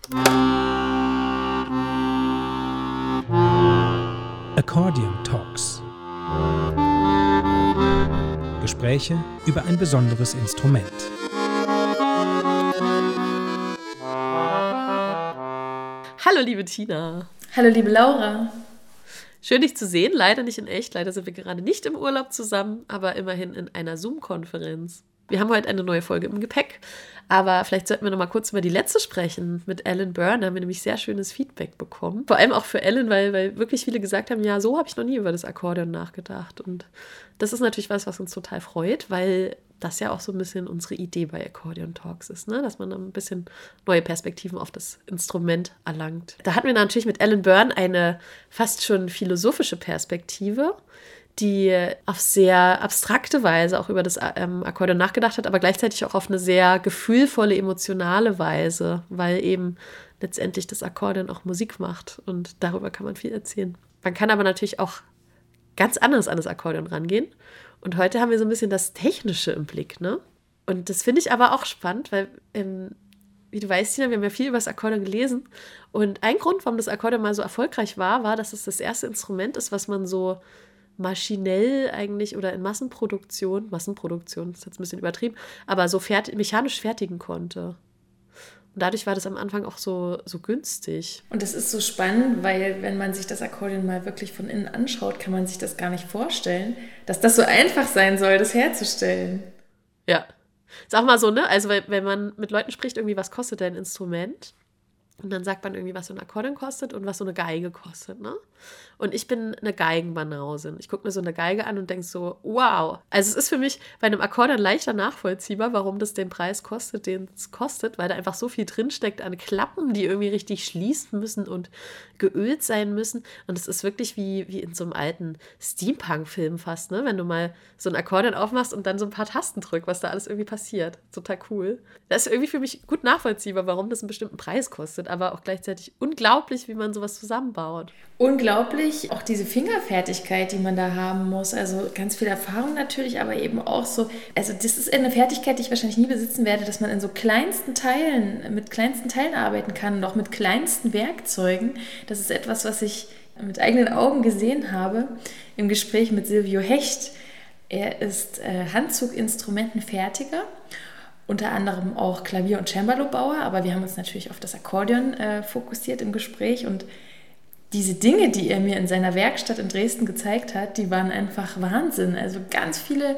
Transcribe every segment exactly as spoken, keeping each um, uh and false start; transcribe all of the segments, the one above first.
Accordion Talks. Gespräche über ein besonderes Instrument. Hallo liebe Tina. Hallo liebe Laura. Schön, dich zu sehen. Leider nicht in echt. Leider sind wir gerade nicht im Urlaub zusammen, aber immerhin in einer Zoom-Konferenz. Wir haben heute eine neue Folge im Gepäck, aber vielleicht sollten wir noch mal kurz über die letzte sprechen. Mit Alan Byrne haben wir nämlich sehr schönes Feedback bekommen. Vor allem auch für Alan, weil, weil wirklich viele gesagt haben, ja, so habe ich noch nie über das Akkordeon nachgedacht. Und das ist natürlich was, was uns total freut, weil das ja auch so ein bisschen unsere Idee bei Accordion Talks ist, ne? Dass man ein bisschen neue Perspektiven auf das Instrument erlangt. Da hatten wir natürlich mit Alan Byrne eine fast schon philosophische Perspektive, die auf sehr abstrakte Weise auch über das ähm, Akkordeon nachgedacht hat, aber gleichzeitig auch auf eine sehr gefühlvolle, emotionale Weise, weil eben letztendlich das Akkordeon auch Musik macht und darüber kann man viel erzählen. Man kann aber natürlich auch ganz anders an das Akkordeon rangehen und heute haben wir so ein bisschen das Technische im Blick, ne? Und das finde ich aber auch spannend, weil, ähm, wie du weißt, Tina, wir haben ja viel über das Akkordeon gelesen und ein Grund, warum das Akkordeon mal so erfolgreich war, war, dass es das erste Instrument ist, was man so maschinell eigentlich oder in Massenproduktion, Massenproduktion ist jetzt ein bisschen übertrieben, aber so fert- mechanisch fertigen konnte. Und dadurch war das am Anfang auch so, so günstig. Und das ist so spannend, weil wenn man sich das Akkordeon mal wirklich von innen anschaut, kann man sich das gar nicht vorstellen, dass das so einfach sein soll, das herzustellen. Ja, ist auch mal so, ne? Also wenn man mit Leuten spricht, irgendwie, was kostet dein Instrument? Und dann sagt man irgendwie, was so ein Akkordeon kostet und was so eine Geige kostet, ne? Und ich bin eine Geigenbanausin. Ich gucke mir so eine Geige an und denke so, wow. Also es ist für mich bei einem Akkordeon leichter nachvollziehbar, warum das den Preis kostet, den es kostet, weil da einfach so viel drinsteckt an Klappen, die irgendwie richtig schließen müssen und geölt sein müssen. Und es ist wirklich wie, wie in so einem alten Steampunk-Film fast, ne? Wenn du mal so ein Akkordeon aufmachst und dann so ein paar Tasten drückst, was da alles irgendwie passiert. Total cool. Das ist irgendwie für mich gut nachvollziehbar, warum das einen bestimmten Preis kostet, aber auch gleichzeitig unglaublich, wie man sowas zusammenbaut. Unglaublich, auch diese Fingerfertigkeit, die man da haben muss. Also ganz viel Erfahrung natürlich, aber eben auch so, also das ist eine Fertigkeit, die ich wahrscheinlich nie besitzen werde, dass man in so kleinsten Teilen, mit kleinsten Teilen arbeiten kann und auch mit kleinsten Werkzeugen. Das ist etwas, was ich mit eigenen Augen gesehen habe im Gespräch mit Silvio Hecht. Er ist äh, Handzuginstrumentenfertiger, unter anderem auch Klavier- und Cembalo-Bauer, aber wir haben uns natürlich auf das Akkordeon äh, fokussiert im Gespräch und diese Dinge, die er mir in seiner Werkstatt in Dresden gezeigt hat, die waren einfach Wahnsinn. Also ganz viele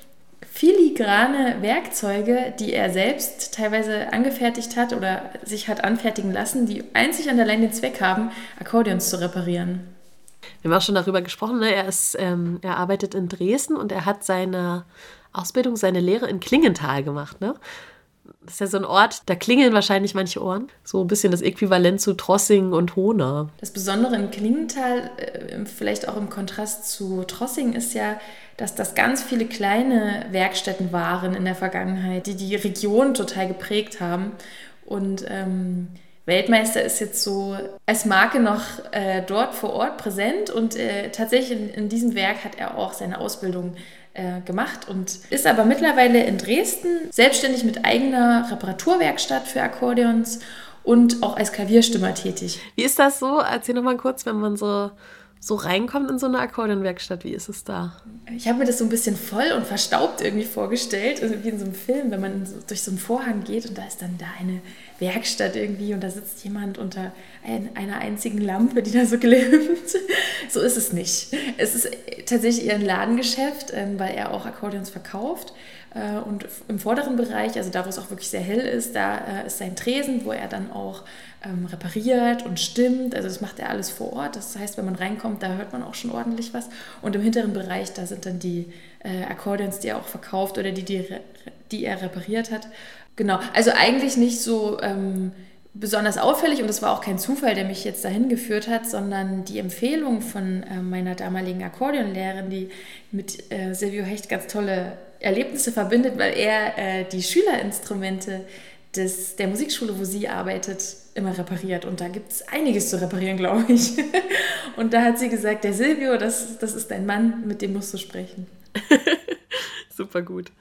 filigrane Werkzeuge, die er selbst teilweise angefertigt hat oder sich hat anfertigen lassen, die einzig und allein den Zweck haben, Akkordeons zu reparieren. Wir haben auch schon darüber gesprochen, ne? Er ist, ähm, er arbeitet in Dresden und er hat seine Ausbildung, seine Lehre in Klingenthal gemacht, ne? Das ist ja so ein Ort, da klingeln wahrscheinlich manche Ohren. So ein bisschen das Äquivalent zu Trossingen und Hohne. Das Besondere in Klingenthal, vielleicht auch im Kontrast zu Trossingen, ist ja, dass das ganz viele kleine Werkstätten waren in der Vergangenheit, die die Region total geprägt haben. Und ähm, Weltmeister ist jetzt so als Marke noch äh, dort vor Ort präsent und äh, tatsächlich in, in diesem Werk hat er auch seine Ausbildung äh, gemacht und ist aber mittlerweile in Dresden selbstständig mit eigener Reparaturwerkstatt für Akkordeons und auch als Klavierstimmer tätig. Wie ist das so? Erzähl noch mal kurz, wenn man so, so reinkommt in so eine Akkordeonwerkstatt, wie ist es da? Ich habe mir das so ein bisschen voll und verstaubt irgendwie vorgestellt, also wie in so einem Film, wenn man so durch so einen Vorhang geht und da ist dann da eine Werkstatt irgendwie und da sitzt jemand unter ein, einer einzigen Lampe, die da so glimmt. So ist es nicht. Es ist tatsächlich eher ein Ladengeschäft, weil er auch Akkordeons verkauft. Und im vorderen Bereich, also da, wo es auch wirklich sehr hell ist, da ist sein Tresen, wo er dann auch ähm, repariert und stimmt. Also das macht er alles vor Ort. Das heißt, wenn man reinkommt, da hört man auch schon ordentlich was. Und im hinteren Bereich, da sind dann die äh, Akkordeons, die er auch verkauft oder die, die, die er repariert hat. Genau, also eigentlich nicht so ähm, besonders auffällig und es war auch kein Zufall, der mich jetzt dahin geführt hat, sondern die Empfehlung von äh, meiner damaligen Akkordeonlehrerin, die mit äh, Silvio Hecht ganz tolle Erlebnisse verbindet, weil er äh, die Schülerinstrumente des, der Musikschule, wo sie arbeitet, immer repariert. Und da gibt es einiges zu reparieren, glaube ich. Und da hat sie gesagt, der Silvio, das, das ist dein Mann, mit dem musst du sprechen. Super gut.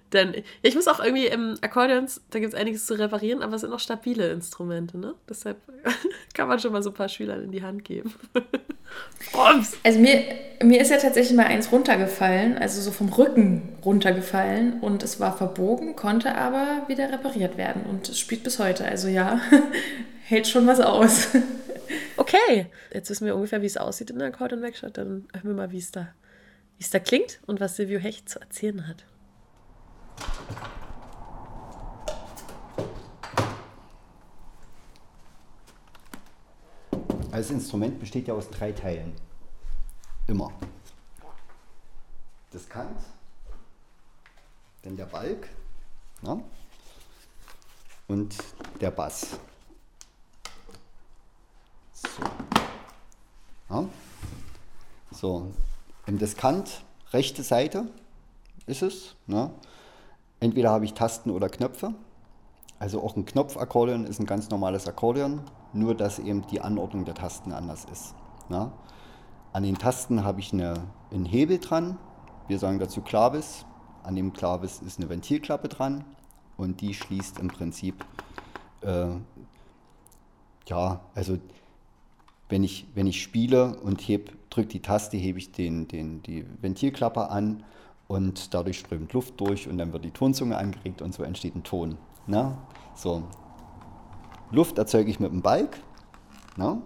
Denn ich muss auch irgendwie im Akkordeons, da gibt es einiges zu reparieren, aber es sind noch stabile Instrumente, ne? Deshalb kann man schon mal so ein paar Schülern in die Hand geben. Also mir, mir ist ja tatsächlich mal eins runtergefallen, also so vom Rücken runtergefallen und es war verbogen, konnte aber wieder repariert werden und es spielt bis heute. Also ja, hält schon was aus. Okay, jetzt wissen wir ungefähr, wie es aussieht in der Akkordeonwerkstatt. Dann hören wir mal, wie es da, wie es da klingt und was Silvio Hecht zu erzählen hat. Das Instrument besteht ja aus drei Teilen. Immer. Das Kant, dann der Balg, na, und der Bass. So. Ja. So. Im Diskant, rechte Seite ist es. Ne? Entweder habe ich Tasten oder Knöpfe. Also auch ein Knopfakkordeon ist ein ganz normales Akkordeon, nur dass eben die Anordnung der Tasten anders ist. Ne? An den Tasten habe ich eine, einen Hebel dran. Wir sagen dazu Klavis. An dem Klavis ist eine Ventilklappe dran und die schließt im Prinzip, äh, ja, also wenn ich, wenn ich spiele und drücke die Taste, hebe ich den, den, die Ventilklappe an und dadurch strömt Luft durch und dann wird die Tonzunge angeregt und so entsteht ein Ton. Na? So. Luft erzeuge ich mit dem Balg. Na?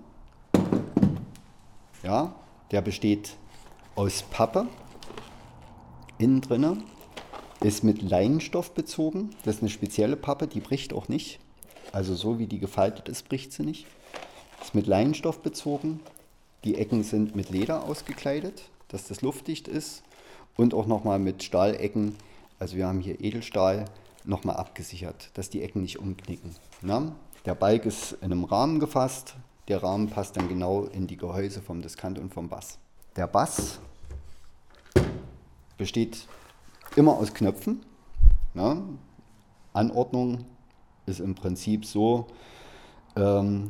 Ja, der besteht aus Pappe. Innen drinne ist mit Leinenstoff bezogen. Das ist eine spezielle Pappe, die bricht auch nicht. Also so wie die gefaltet ist, bricht sie nicht. Ist mit Leinenstoff bezogen. Die Ecken sind mit Leder ausgekleidet, dass das luftdicht ist. Und auch nochmal mit Stahlecken. Also wir haben hier Edelstahl nochmal abgesichert, dass die Ecken nicht umknicken. Na? Der Balg ist in einem Rahmen gefasst. Der Rahmen passt dann genau in die Gehäuse vom Diskant und vom Bass. Der Bass besteht immer aus Knöpfen. Na? Anordnung ist im Prinzip so, ähm,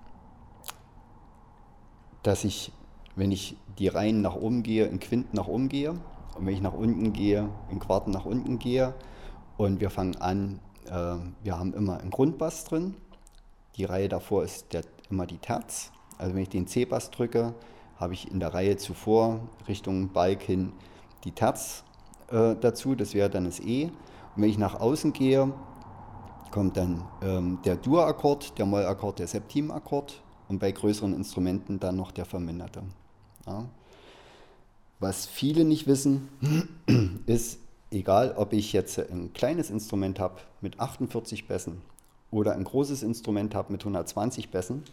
dass ich, wenn ich die Reihen nach oben gehe, in Quinten nach oben gehe und wenn ich nach unten gehe, in Quarten nach unten gehe und wir fangen an, äh, wir haben immer einen Grundbass drin, die Reihe davor ist der, immer die Terz, also wenn ich den C-Bass drücke, habe ich in der Reihe zuvor Richtung Balg hin die Terz äh, dazu, das wäre dann das E. Und wenn ich nach außen gehe, kommt dann ähm, der Dur-Akkord, der Moll-Akkord, der Septim-Akkord und bei größeren Instrumenten dann noch der verminderte. Ja. Was viele nicht wissen, ist, egal ob ich jetzt ein kleines Instrument habe mit achtundvierzig Bässen oder ein großes Instrument habe mit hundertzwanzig Bässen,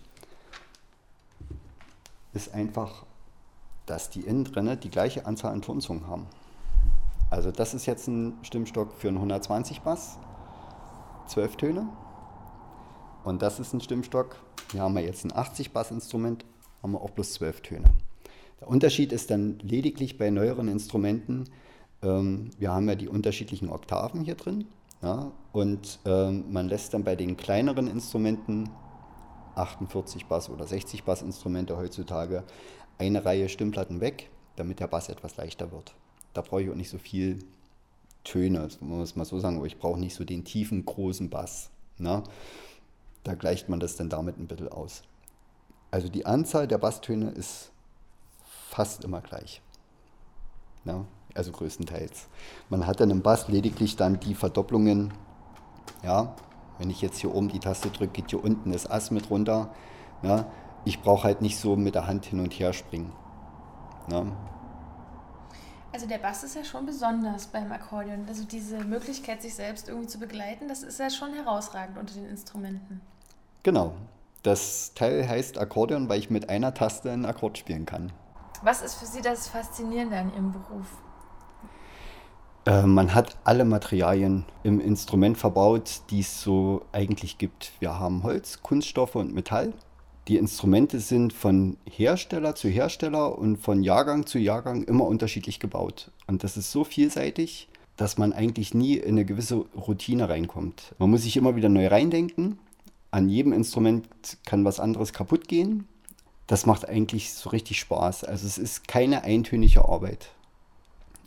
ist einfach, dass die innen drinne die gleiche Anzahl an Tonzungen haben. Also das ist jetzt ein Stimmstock für einen hundertzwanzig Bass, zwölf Töne. Und das ist ein Stimmstock, hier haben wir jetzt ein achtzig Bass Instrument, haben wir auch bloß zwölf Töne. Der Unterschied ist dann lediglich bei neueren Instrumenten, ähm, wir haben ja die unterschiedlichen Oktaven hier drin, ja, und ähm, man lässt dann bei den kleineren Instrumenten, achtundvierzig Bass oder sechzig Bass Instrumente heutzutage, eine Reihe Stimmplatten weg, damit der Bass etwas leichter wird. Da brauche ich auch nicht so viel Töne, muss man so sagen, aber ich brauche nicht so den tiefen, großen Bass. Na? Da gleicht man das dann damit ein bisschen aus. Also die Anzahl der Basstöne ist fast immer gleich. Ja? Also größtenteils. Man hat dann im Bass lediglich dann die Verdopplungen, ja, wenn ich jetzt hier oben die Taste drücke, geht hier unten das Ass mit runter. Ja? Ich brauche halt nicht so mit der Hand hin und her springen. Ja? Also der Bass ist ja schon besonders beim Akkordeon. Also diese Möglichkeit, sich selbst irgendwie zu begleiten, das ist ja schon herausragend unter den Instrumenten. Genau. Das Teil heißt Akkordeon, weil ich mit einer Taste einen Akkord spielen kann. Was ist für Sie das Faszinierende an Ihrem Beruf? Äh, man hat alle Materialien im Instrument verbaut, die es so eigentlich gibt. Wir haben Holz, Kunststoffe und Metall. Die Instrumente sind von Hersteller zu Hersteller und von Jahrgang zu Jahrgang immer unterschiedlich gebaut. Und das ist so vielseitig, dass man eigentlich nie in eine gewisse Routine reinkommt. Man muss sich immer wieder neu reindenken. An jedem Instrument kann was anderes kaputt gehen. Das macht eigentlich so richtig Spaß. Also es ist keine eintönige Arbeit.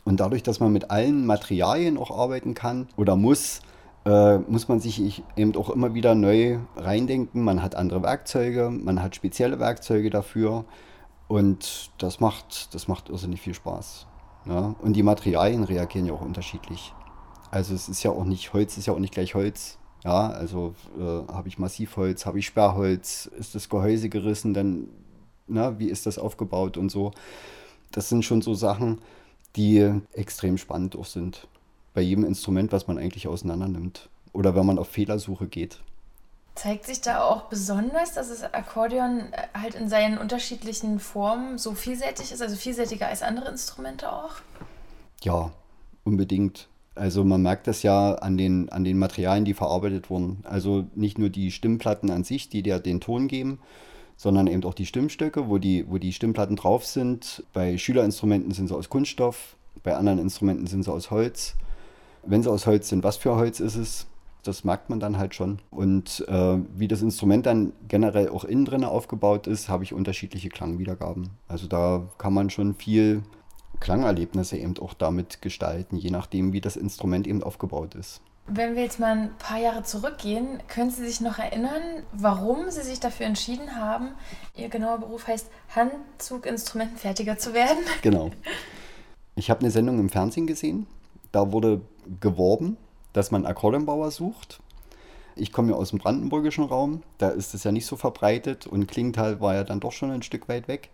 Und dadurch, dass man mit allen Materialien auch arbeiten kann oder muss, äh, muss man sich eben auch immer wieder neu reindenken. Man hat andere Werkzeuge, man hat spezielle Werkzeuge dafür und das macht, das macht irrsinnig viel Spaß. Ja? Und die Materialien reagieren ja auch unterschiedlich. Also es ist ja auch nicht, Holz ist ja auch nicht gleich Holz. Ja, also äh, habe ich Massivholz, habe ich Sperrholz, ist das Gehäuse gerissen, dann, na, wie ist das aufgebaut und so. Das sind schon so Sachen, die extrem spannend auch sind. Bei jedem Instrument, was man eigentlich auseinander nimmt. Oder wenn man auf Fehlersuche geht. Zeigt sich da auch besonders, dass das Akkordeon halt in seinen unterschiedlichen Formen so vielseitig ist, also vielseitiger als andere Instrumente auch? Ja, unbedingt. Also man merkt das ja an den, an den Materialien, die verarbeitet wurden. Also nicht nur die Stimmplatten an sich, die dir den Ton geben, sondern eben auch die Stimmstöcke, wo die, wo die Stimmplatten drauf sind. Bei Schülerinstrumenten sind sie aus Kunststoff, bei anderen Instrumenten sind sie aus Holz. Wenn sie aus Holz sind, was für Holz ist es? Das merkt man dann halt schon. Und äh, wie das Instrument dann generell auch innen drin aufgebaut ist, habe ich unterschiedliche Klangwiedergaben. Also da kann man schon viel Klangerlebnisse eben auch damit gestalten, je nachdem, wie das Instrument eben aufgebaut ist. Wenn wir jetzt mal ein paar Jahre zurückgehen, können Sie sich noch erinnern, warum Sie sich dafür entschieden haben, Ihr genauer Beruf heißt, Handzuginstrumentenfertiger zu werden? Genau. Ich habe eine Sendung im Fernsehen gesehen, da wurde geworben, dass man Akkordeonbauer sucht. Ich komme ja aus dem brandenburgischen Raum, da ist es ja nicht so verbreitet und Klingenthal war ja dann doch schon ein Stück weit weg.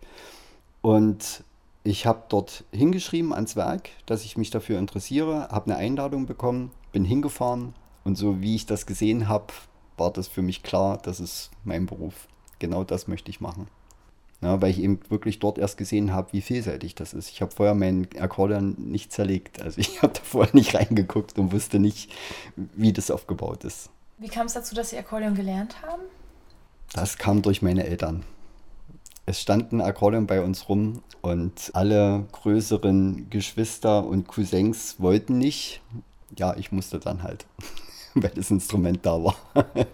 Und ich habe dort hingeschrieben ans Werk, dass ich mich dafür interessiere, habe eine Einladung bekommen, bin hingefahren und so wie ich das gesehen habe, war das für mich klar, das ist mein Beruf. Genau das möchte ich machen. Ja, weil ich eben wirklich dort erst gesehen habe, wie vielseitig das ist. Ich habe vorher meinen Akkordeon nicht zerlegt. Also ich habe da vorher nicht reingeguckt und wusste nicht, wie das aufgebaut ist. Wie kam es dazu, dass Sie Akkordeon gelernt haben? Das kam durch meine Eltern. Es stand ein Akkordeon bei uns rum und alle größeren Geschwister und Cousins wollten nicht. Ja, ich musste dann halt, weil das Instrument da war.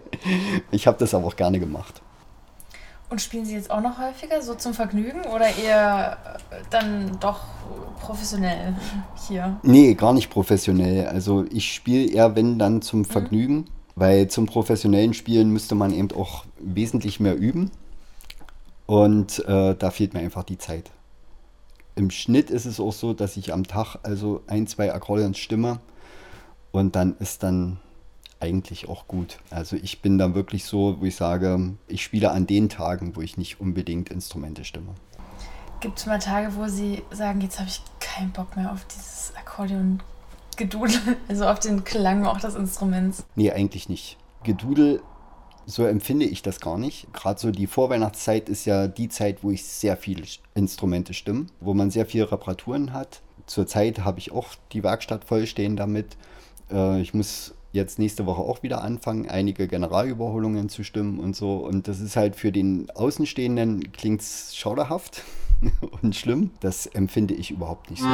Ich habe das aber auch gerne gemacht. Und spielen Sie jetzt auch noch häufiger, so zum Vergnügen oder eher dann doch professionell hier? Nee, gar nicht professionell. Also ich spiele eher, wenn dann zum Vergnügen, mhm. weil zum professionellen Spielen müsste man eben auch wesentlich mehr üben. Und äh, da fehlt mir einfach die Zeit. Im Schnitt ist es auch so, dass ich am Tag also ein, zwei Akkordeons stimme und dann ist dann eigentlich auch gut. Also ich bin dann wirklich so, wo ich sage, ich spiele an den Tagen, wo ich nicht unbedingt Instrumente stimme. Gibt es mal Tage, wo Sie sagen, jetzt habe ich keinen Bock mehr auf dieses Akkordeon-Gedudel, also auf den Klang auch des Instruments? Nee, eigentlich nicht. Gedudel, so empfinde ich das gar nicht. Gerade so die Vorweihnachtszeit ist ja die Zeit, wo ich sehr viele Instrumente stimme, wo man sehr viele Reparaturen hat. Zurzeit habe ich auch die Werkstatt vollstehen damit. Äh, ich muss jetzt nächste Woche auch wieder anfangen, einige Generalüberholungen zu stimmen und so. Und das ist halt für den Außenstehenden klingt es schauderhaft und schlimm. Das empfinde ich überhaupt nicht so.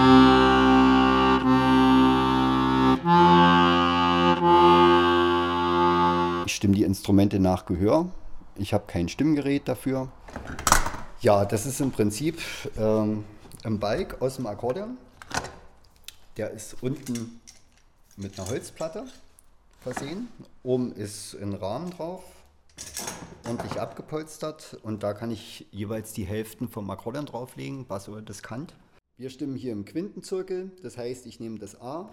Ich stimme die Instrumente nach Gehör. Ich habe kein Stimmgerät dafür. Ja, das ist im Prinzip ähm, ein Balg aus dem Akkordeon. Der ist unten mit einer Holzplatte versehen. Oben ist ein Rahmen drauf, ordentlich abgepolstert und da kann ich jeweils die Hälften vom Akkordeon drauflegen, Bass oder Diskant. Wir stimmen hier im Quintenzirkel, das heißt, ich nehme das A,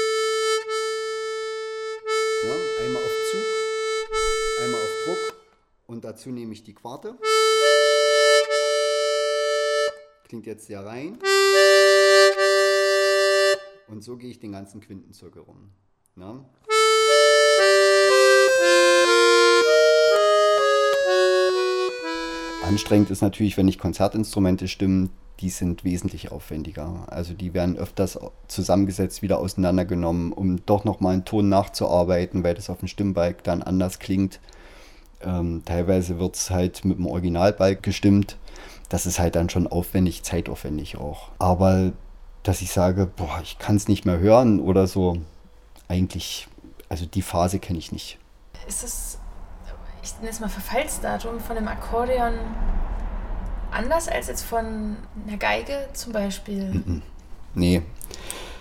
ja, einmal auf Zug, einmal auf Druck und dazu nehme ich die Quarte. Klingt jetzt sehr rein. Und so gehe ich den ganzen Quintenzirkel rum. Ja. Anstrengend ist natürlich, wenn ich Konzertinstrumente stimme, die sind wesentlich aufwendiger. Also die werden öfters zusammengesetzt, wieder auseinandergenommen, um doch nochmal einen Ton nachzuarbeiten, weil das auf dem Stimmbalg dann anders klingt. Ähm, teilweise wird es halt mit dem Originalbalg gestimmt. Das ist halt dann schon aufwendig, zeitaufwendig auch. Aber dass ich sage, boah, ich kann es nicht mehr hören oder so, eigentlich, also die Phase kenne ich nicht. Ist das, ich nenne es mal Verfallsdatum von dem Akkordeon anders als jetzt von einer Geige zum Beispiel? Nee,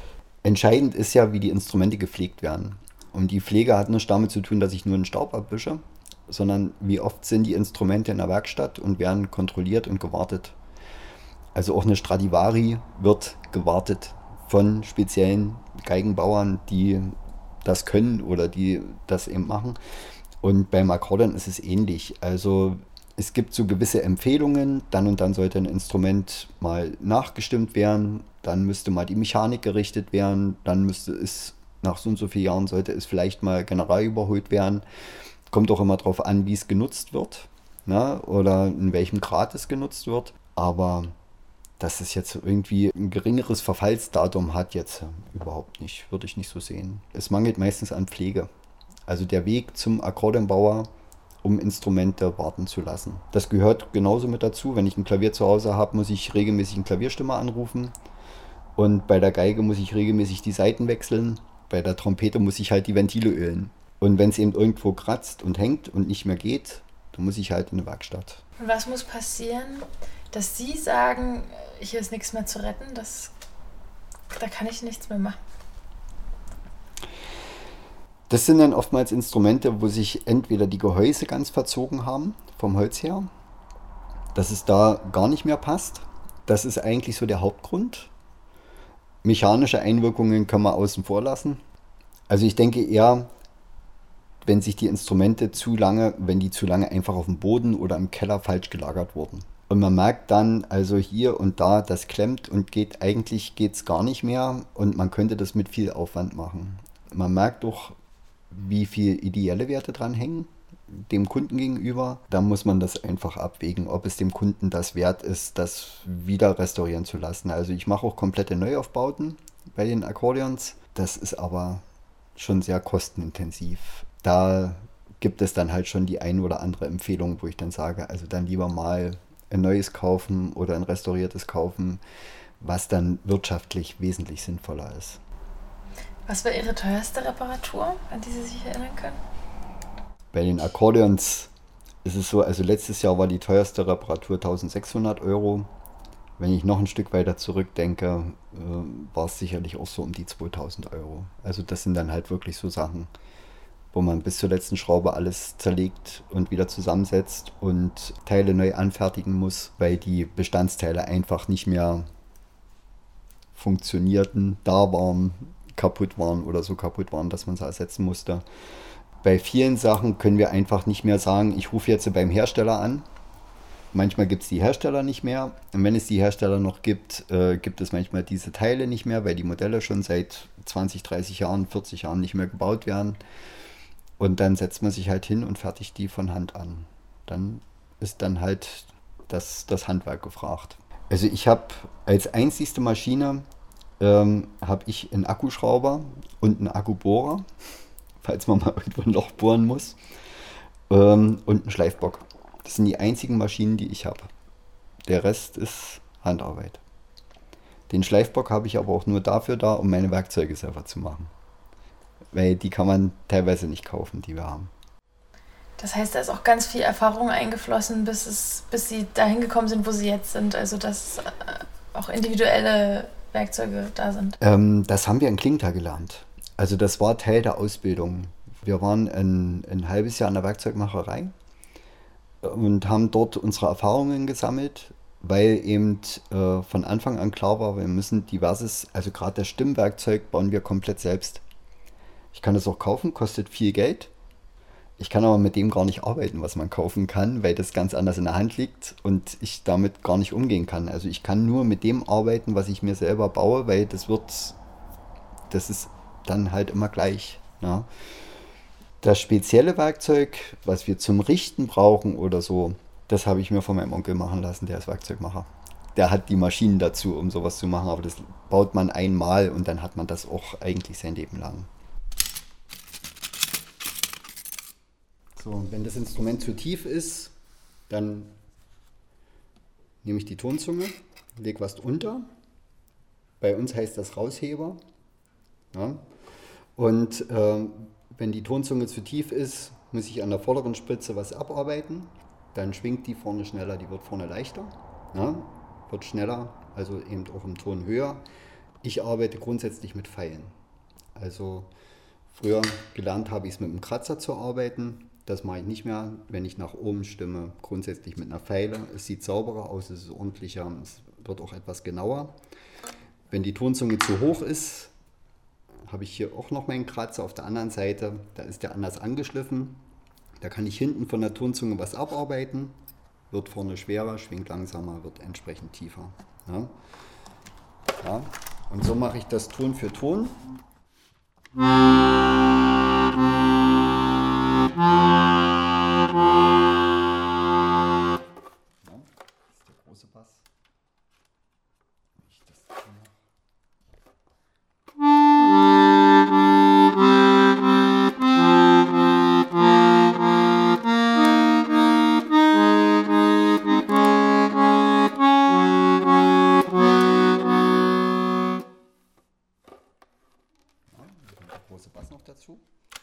Entscheidend ist ja, wie die Instrumente gepflegt werden. Und die Pflege hat nicht damit zu tun, dass ich nur einen Staub abwische, sondern wie oft sind die Instrumente in der Werkstatt und werden kontrolliert und gewartet. Also auch eine Stradivari wird gewartet von speziellen Geigenbauern, die das können oder die das eben machen. Und beim Akkordeon ist es ähnlich. Also es gibt so gewisse Empfehlungen, dann und dann sollte ein Instrument mal nachgestimmt werden, dann müsste mal die Mechanik gerichtet werden, dann müsste es nach so und so vielen Jahren sollte es vielleicht mal general überholt werden. Kommt auch immer darauf an, wie es genutzt wird, ne? Oder in welchem Grad es genutzt wird. Aber dass es jetzt irgendwie ein geringeres Verfallsdatum hat, jetzt überhaupt nicht, würde ich nicht so sehen. Es mangelt meistens an Pflege. Also der Weg zum Akkordeonbauer, um Instrumente warten zu lassen. Das gehört genauso mit dazu. Wenn ich ein Klavier zu Hause habe, muss ich regelmäßig einen Klavierstimmer anrufen. Und bei der Geige muss ich regelmäßig die Saiten wechseln. Bei der Trompete muss ich halt die Ventile ölen. Und wenn es eben irgendwo kratzt und hängt und nicht mehr geht, dann muss ich halt in eine Werkstatt. Und was muss passieren, dass Sie sagen, hier ist nichts mehr zu retten, das, da kann ich nichts mehr machen? Das sind dann oftmals Instrumente, wo sich entweder die Gehäuse ganz verzogen haben, vom Holz her, dass es da gar nicht mehr passt. Das ist eigentlich so der Hauptgrund. Mechanische Einwirkungen können wir außen vor lassen. Also ich denke eher, wenn sich die Instrumente zu lange, wenn die zu lange einfach auf dem Boden oder im Keller falsch gelagert wurden. Und man merkt dann, also hier und da, das klemmt und geht, eigentlich geht es gar nicht mehr und man könnte das mit viel Aufwand machen. Man merkt doch, wie viel ideelle Werte dran hängen, dem Kunden gegenüber. Da muss man das einfach abwägen, ob es dem Kunden das wert ist, das wieder restaurieren zu lassen. Also ich mache auch komplette Neuaufbauten bei den Akkordeons. Das ist aber schon sehr kostenintensiv. Da gibt es dann halt schon die ein oder andere Empfehlung, wo ich dann sage, also dann lieber mal ein neues kaufen oder ein restauriertes kaufen, was dann wirtschaftlich wesentlich sinnvoller ist. Was war Ihre teuerste Reparatur, an die Sie sich erinnern können? Bei den Akkordeons ist es so, also letztes Jahr war die teuerste Reparatur eintausendsechshundert Euro. Wenn ich noch ein Stück weiter zurückdenke, äh, war es sicherlich auch so um die zweitausend Euro. Also das sind dann halt wirklich so Sachen, wo man bis zur letzten Schraube alles zerlegt und wieder zusammensetzt und Teile neu anfertigen muss, weil die Bestandteile einfach nicht mehr funktionierten, da waren, kaputt waren oder so kaputt waren, dass man sie ersetzen musste. Bei vielen Sachen können wir einfach nicht mehr sagen, ich rufe jetzt beim Hersteller an. Manchmal gibt es die Hersteller nicht mehr. Und wenn es die Hersteller noch gibt, äh, gibt es manchmal diese Teile nicht mehr, weil die Modelle schon seit zwanzig, dreißig Jahren, vierzig Jahren nicht mehr gebaut werden. Und dann setzt man sich halt hin und fertigt die von Hand an. Dann ist dann halt das, das Handwerk gefragt. Also ich habe als einzigste Maschine ähm, habe ich einen Akkuschrauber und einen Akkubohrer, falls man mal irgendwo ein Loch bohren muss, ähm, und einen Schleifbock. Das sind die einzigen Maschinen, die ich habe. Der Rest ist Handarbeit. Den Schleifbock habe ich aber auch nur dafür da, um meine Werkzeuge selber zu machen. Weil die kann man teilweise nicht kaufen, die wir haben. Das heißt, da ist auch ganz viel Erfahrung eingeflossen, bis, es, bis Sie dahin gekommen sind, wo Sie jetzt sind. Also dass auch individuelle Werkzeuge da sind. Ähm, das haben wir in Klingenthal gelernt. Also das war Teil der Ausbildung. Wir waren ein, ein halbes Jahr in der Werkzeugmacherei und haben dort unsere Erfahrungen gesammelt, weil eben äh, von Anfang an klar war, wir müssen diverses, also gerade das Stimmwerkzeug bauen wir komplett selbst. Ich kann das auch kaufen, kostet viel Geld. Ich kann aber mit dem gar nicht arbeiten, was man kaufen kann, weil das ganz anders in der Hand liegt und ich damit gar nicht umgehen kann. Also ich kann nur mit dem arbeiten, was ich mir selber baue, weil das wird, das ist dann halt immer gleich. Ja. Das spezielle Werkzeug, was wir zum Richten brauchen oder so, das habe ich mir von meinem Onkel machen lassen, der ist Werkzeugmacher. Der hat die Maschinen dazu, um sowas zu machen, aber das baut man einmal und dann hat man das auch eigentlich sein Leben lang. So, wenn das Instrument zu tief ist, dann nehme ich die Tonzunge, lege was unter. Bei uns heißt das Rausheber. Ja. Und äh, wenn die Tonzunge zu tief ist, muss ich an der vorderen Spitze was abarbeiten. Dann schwingt die vorne schneller, die wird vorne leichter. Ja. Wird schneller, also eben auch im Ton höher. Ich arbeite grundsätzlich mit Pfeilen. Also früher gelernt habe ich es mit einem Kratzer zu arbeiten. Das mache ich nicht mehr, wenn ich nach oben stimme, grundsätzlich mit einer Feile. Es sieht sauberer aus, es ist ordentlicher, es wird auch etwas genauer. Wenn die Tonzunge zu hoch ist, habe ich hier auch noch meinen Kratzer auf der anderen Seite. Da ist der anders angeschliffen. Da kann ich hinten von der Tonzunge was abarbeiten. Wird vorne schwerer, schwingt langsamer, wird entsprechend tiefer. Ja. Ja. Und so mache ich das Ton für Ton. Ja, das ist der große Bass. Ich das hier noch. Große Bass noch dazu.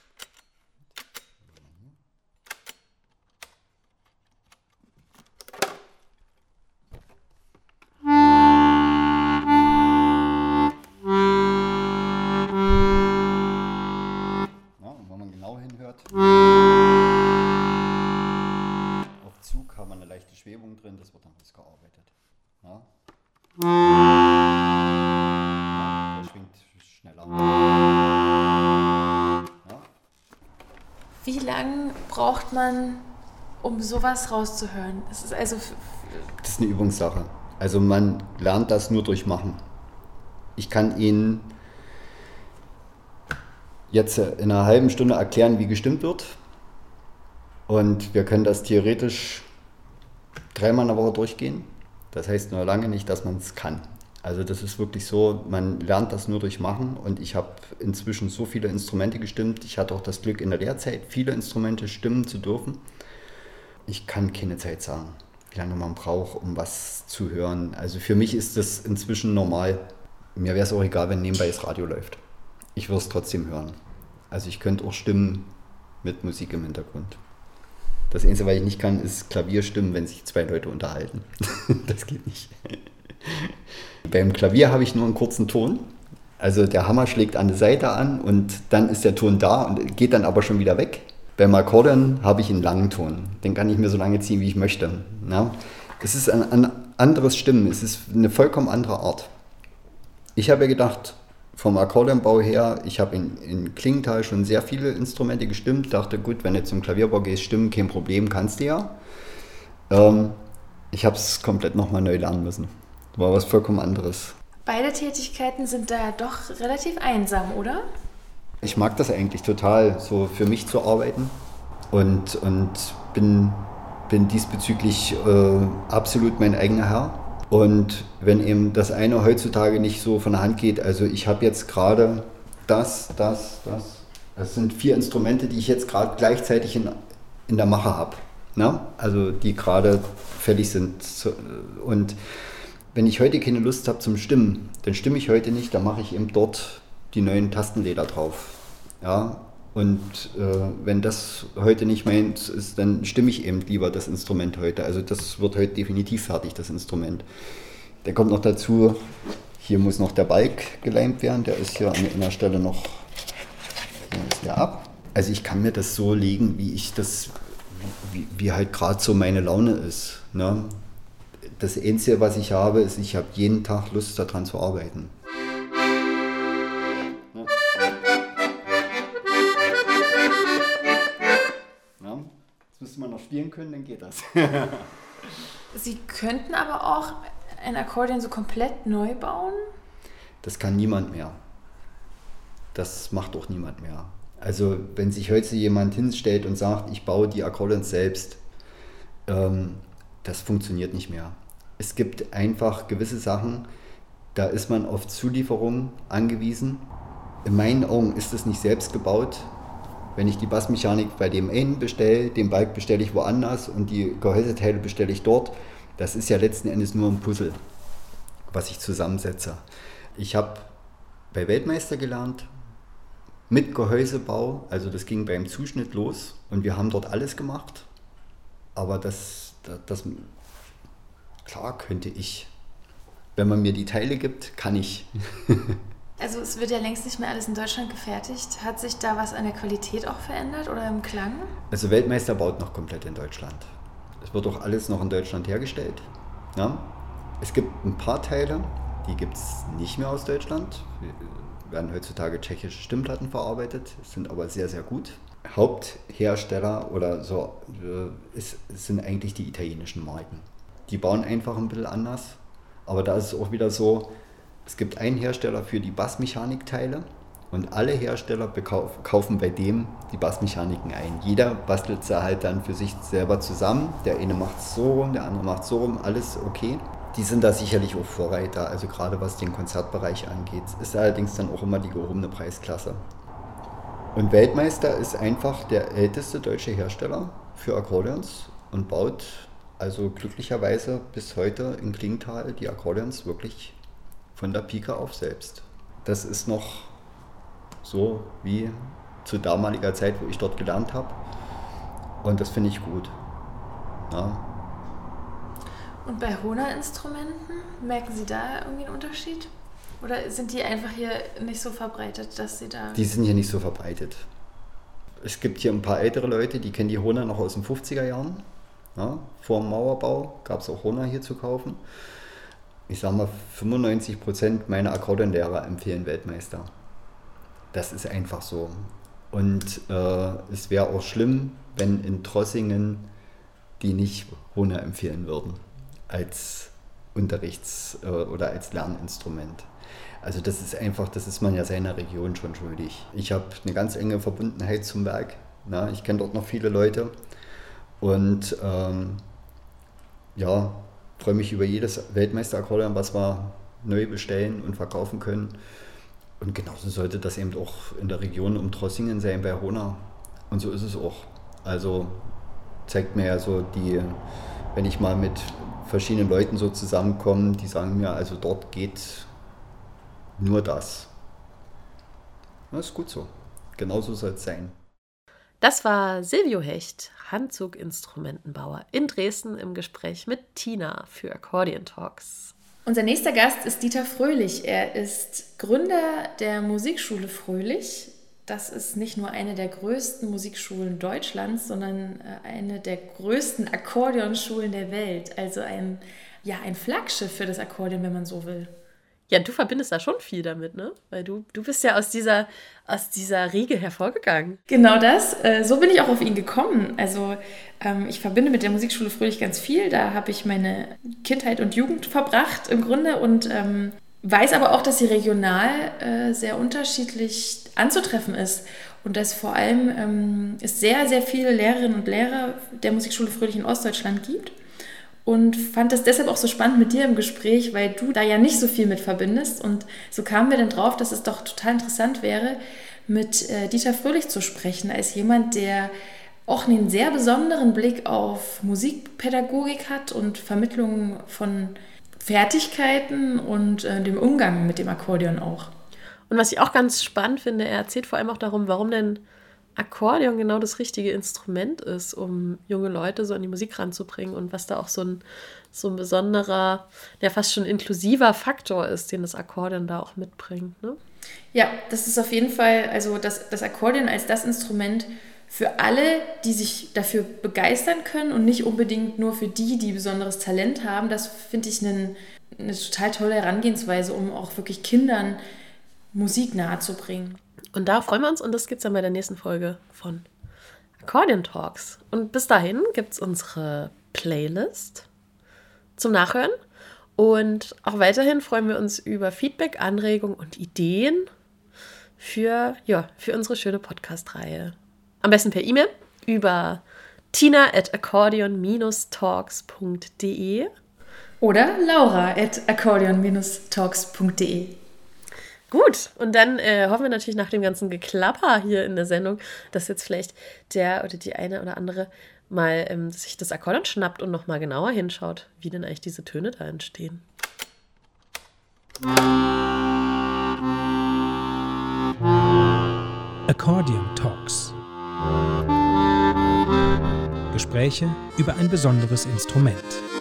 Ja, und wenn man genau hinhört, auf Zug haben wir eine leichte Schwebung drin, das wird dann ausgearbeitet. Ja. Ja, der schwingt schneller. Wie lange braucht man, um sowas rauszuhören? Es ist also das ist eine Übungssache. Also man lernt das nur durch Machen. Ich kann Ihnen jetzt in einer halben Stunde erklären, wie gestimmt wird. Und wir können das theoretisch dreimal in der Woche durchgehen. Das heißt nur lange nicht, dass man es kann. Also das ist wirklich so, man lernt das nur durch Machen und ich habe inzwischen so viele Instrumente gestimmt. Ich hatte auch das Glück in der Lehrzeit, viele Instrumente stimmen zu dürfen. Ich kann keine Zeit sagen, wie lange man braucht, um was zu hören. Also für mich ist das inzwischen normal. Mir wäre es auch egal, wenn nebenbei das Radio läuft. Ich würde es trotzdem hören. Also ich könnte auch stimmen mit Musik im Hintergrund. Das Einzige, was ich nicht kann, ist Klavier stimmen, wenn sich zwei Leute unterhalten. Das geht nicht. Beim Klavier habe ich nur einen kurzen Ton. Also der Hammer schlägt an der Seite an und dann ist der Ton da und geht dann aber schon wieder weg. Beim Akkordeon habe ich einen langen Ton. Den kann ich mir so lange ziehen, wie ich möchte. Ja? Es ist ein, ein anderes Stimmen. Es ist eine vollkommen andere Art. Ich habe ja gedacht, vom Akkordeonbau her, ich habe in, in Klingenthal schon sehr viele Instrumente gestimmt. Dachte, gut, wenn du zum Klavierbau gehst, stimmen, kein Problem, kannst du ja. Ähm, ich habe es komplett nochmal neu lernen müssen. War was vollkommen anderes. Beide Tätigkeiten sind da ja doch relativ einsam, oder? Ich mag das eigentlich total, so für mich zu arbeiten und, und bin, bin diesbezüglich äh, absolut mein eigener Herr. Und wenn eben das eine heutzutage nicht so von der Hand geht, also ich habe jetzt gerade das, das, das, das sind vier Instrumente, die ich jetzt gerade gleichzeitig in, in der Mache habe, ne? Also die gerade fertig sind. Und wenn ich heute keine Lust habe zum Stimmen, dann stimme ich heute nicht, dann mache ich eben dort die neuen Tastenleder drauf. Ja? Und äh, wenn das heute nicht meins ist, dann stimme ich eben lieber das Instrument heute. Also das wird heute definitiv fertig, das Instrument. Der kommt noch dazu, hier muss noch der Balg geleimt werden, der ist hier an einer Stelle noch, hier ist der ab. Also ich kann mir das so legen, wie ich das, wie, wie halt gerade so meine Laune ist. Ne? Das Einzige, was ich habe, ist, ich habe jeden Tag Lust daran zu arbeiten. Ja, jetzt müsste man noch spielen können, dann geht das. Sie könnten aber auch ein Akkordeon so komplett neu bauen? Das kann niemand mehr. Das macht auch niemand mehr. Also wenn sich heute jemand hinstellt und sagt, ich baue die Akkordeons selbst, ähm, das funktioniert nicht mehr. Es gibt einfach gewisse Sachen, da ist man auf Zulieferung angewiesen. In meinen Augen ist es nicht selbst gebaut. Wenn ich die Bassmechanik bei dem einen bestelle, den Balg bestelle ich woanders und die Gehäuseteile bestelle ich dort. Das ist ja letzten Endes nur ein Puzzle, was ich zusammensetze. Ich habe bei Weltmeister gelernt, mit Gehäusebau, also das ging beim Zuschnitt los und wir haben dort alles gemacht. Aber das, das, das klar könnte ich Wenn man mir die Teile gibt, kann ich. Also es wird ja längst nicht mehr alles in Deutschland gefertigt. Hat sich da was an der Qualität auch verändert oder im Klang? Also Weltmeister baut noch komplett in Deutschland. Es wird auch alles noch in Deutschland hergestellt. Ja? Es gibt ein paar Teile, die gibt es nicht mehr aus Deutschland. Wir werden heutzutage tschechische Stimmplatten verarbeitet, sind aber sehr, sehr gut. Haupthersteller oder so äh, ist, sind eigentlich die italienischen Marken. Die bauen einfach ein bisschen anders, aber da ist es auch wieder so, es gibt einen Hersteller für die Bassmechanikteile und alle Hersteller bekauf, kaufen bei dem die Bassmechaniken ein. Jeder bastelt sie halt dann für sich selber zusammen. Der eine macht es so rum, der andere macht es so rum, alles okay. Die sind da sicherlich auch Vorreiter, also gerade was den Konzertbereich angeht. Ist allerdings dann auch immer die gehobene Preisklasse. Und Weltmeister ist einfach der älteste deutsche Hersteller für Akkordeons und baut also glücklicherweise bis heute in Klingenthal die Akkordeons wirklich von der Pike auf selbst. Das ist noch so wie zu damaliger Zeit, wo ich dort gelernt habe. Und das finde ich gut. Ja. Und bei Hohner-Instrumenten, merken Sie da irgendwie einen Unterschied? Oder sind die einfach hier nicht so verbreitet, dass Sie da... Die sind hier nicht so verbreitet. Es gibt hier ein paar ältere Leute, die kennen die Hohner noch aus den fünfziger Jahren. Ja, vor dem Mauerbau gab es auch Hohner hier zu kaufen. Ich sage mal, fünfundneunzig Prozent meiner Akkordeonlehrer empfehlen Weltmeister. Das ist einfach so. Und äh, es wäre auch schlimm, wenn in Trossingen die nicht Hohner empfehlen würden als Unterrichts- äh, oder als Lerninstrument. Also das ist einfach, das ist man ja seiner Region schon schuldig. Ich habe eine ganz enge Verbundenheit zum Werk. Na, ich kenne dort noch viele Leute und ähm, ja, freue mich über jedes Weltmeister-Akkordeon, was wir neu bestellen und verkaufen können. Und genauso sollte das eben auch in der Region um Trossingen sein bei Hohner. Und so ist es auch. Also zeigt mir ja so die, wenn ich mal mit verschiedenen Leuten so zusammenkomme, die sagen mir, also dort geht nur das. Das ist gut so. Genauso soll es sein. Das war Silvio Hecht, Handzuginstrumentenbauer in Dresden im Gespräch mit Tina für Accordion Talks. Unser nächster Gast ist Dieter Fröhlich. Er ist Gründer der Musikschule Fröhlich. Das ist nicht nur eine der größten Musikschulen Deutschlands, sondern eine der größten Akkordeonschulen der Welt. Also ein, ja, ein Flaggschiff für das Akkordeon, wenn man so will. Ja, du verbindest da schon viel damit, ne? Weil du, du bist ja aus dieser, aus dieser Riege hervorgegangen. Genau das. So bin ich auch auf ihn gekommen. Also ich verbinde mit der Musikschule Fröhlich ganz viel. Da habe ich meine Kindheit und Jugend verbracht im Grunde und ähm, weiß aber auch, dass sie regional äh, sehr unterschiedlich anzutreffen ist. Und dass vor allem ähm, es sehr, sehr viele Lehrerinnen und Lehrer der Musikschule Fröhlich in Ostdeutschland gibt. Und fand das deshalb auch so spannend mit dir im Gespräch, weil du da ja nicht so viel mit verbindest. Und so kamen wir dann drauf, dass es doch total interessant wäre, mit äh, Dieter Fröhlich zu sprechen, als jemand, der auch einen sehr besonderen Blick auf Musikpädagogik hat und Vermittlung von Fertigkeiten und äh, dem Umgang mit dem Akkordeon auch. Und was ich auch ganz spannend finde, er erzählt vor allem auch darum, warum denn Akkordeon genau das richtige Instrument ist, um junge Leute so an die Musik ranzubringen und was da auch so ein, so ein besonderer, ja fast schon inklusiver Faktor ist, den das Akkordeon da auch mitbringt. Ne? Ja, das ist auf jeden Fall, also das, das Akkordeon als das Instrument für alle, die sich dafür begeistern können und nicht unbedingt nur für die, die besonderes Talent haben. Das finde ich eine, eine total tolle Herangehensweise, um auch wirklich Kindern Musik nahezubringen. Und da freuen wir uns und das gibt es dann bei der nächsten Folge von Accordion Talks. Und bis dahin gibt es unsere Playlist zum Nachhören. Und auch weiterhin freuen wir uns über Feedback, Anregungen und Ideen für, ja, für unsere schöne Podcast-Reihe. Am besten per E-Mail über tina at accordion dash talks punkt de oder laura at accordion dash talks punkt de. Gut, und dann äh, hoffen wir natürlich nach dem ganzen Geklapper hier in der Sendung, dass jetzt vielleicht der oder die eine oder andere mal ähm, sich das Akkordeon schnappt und nochmal genauer hinschaut, wie denn eigentlich diese Töne da entstehen. Accordion Talks. Gespräche über ein besonderes Instrument.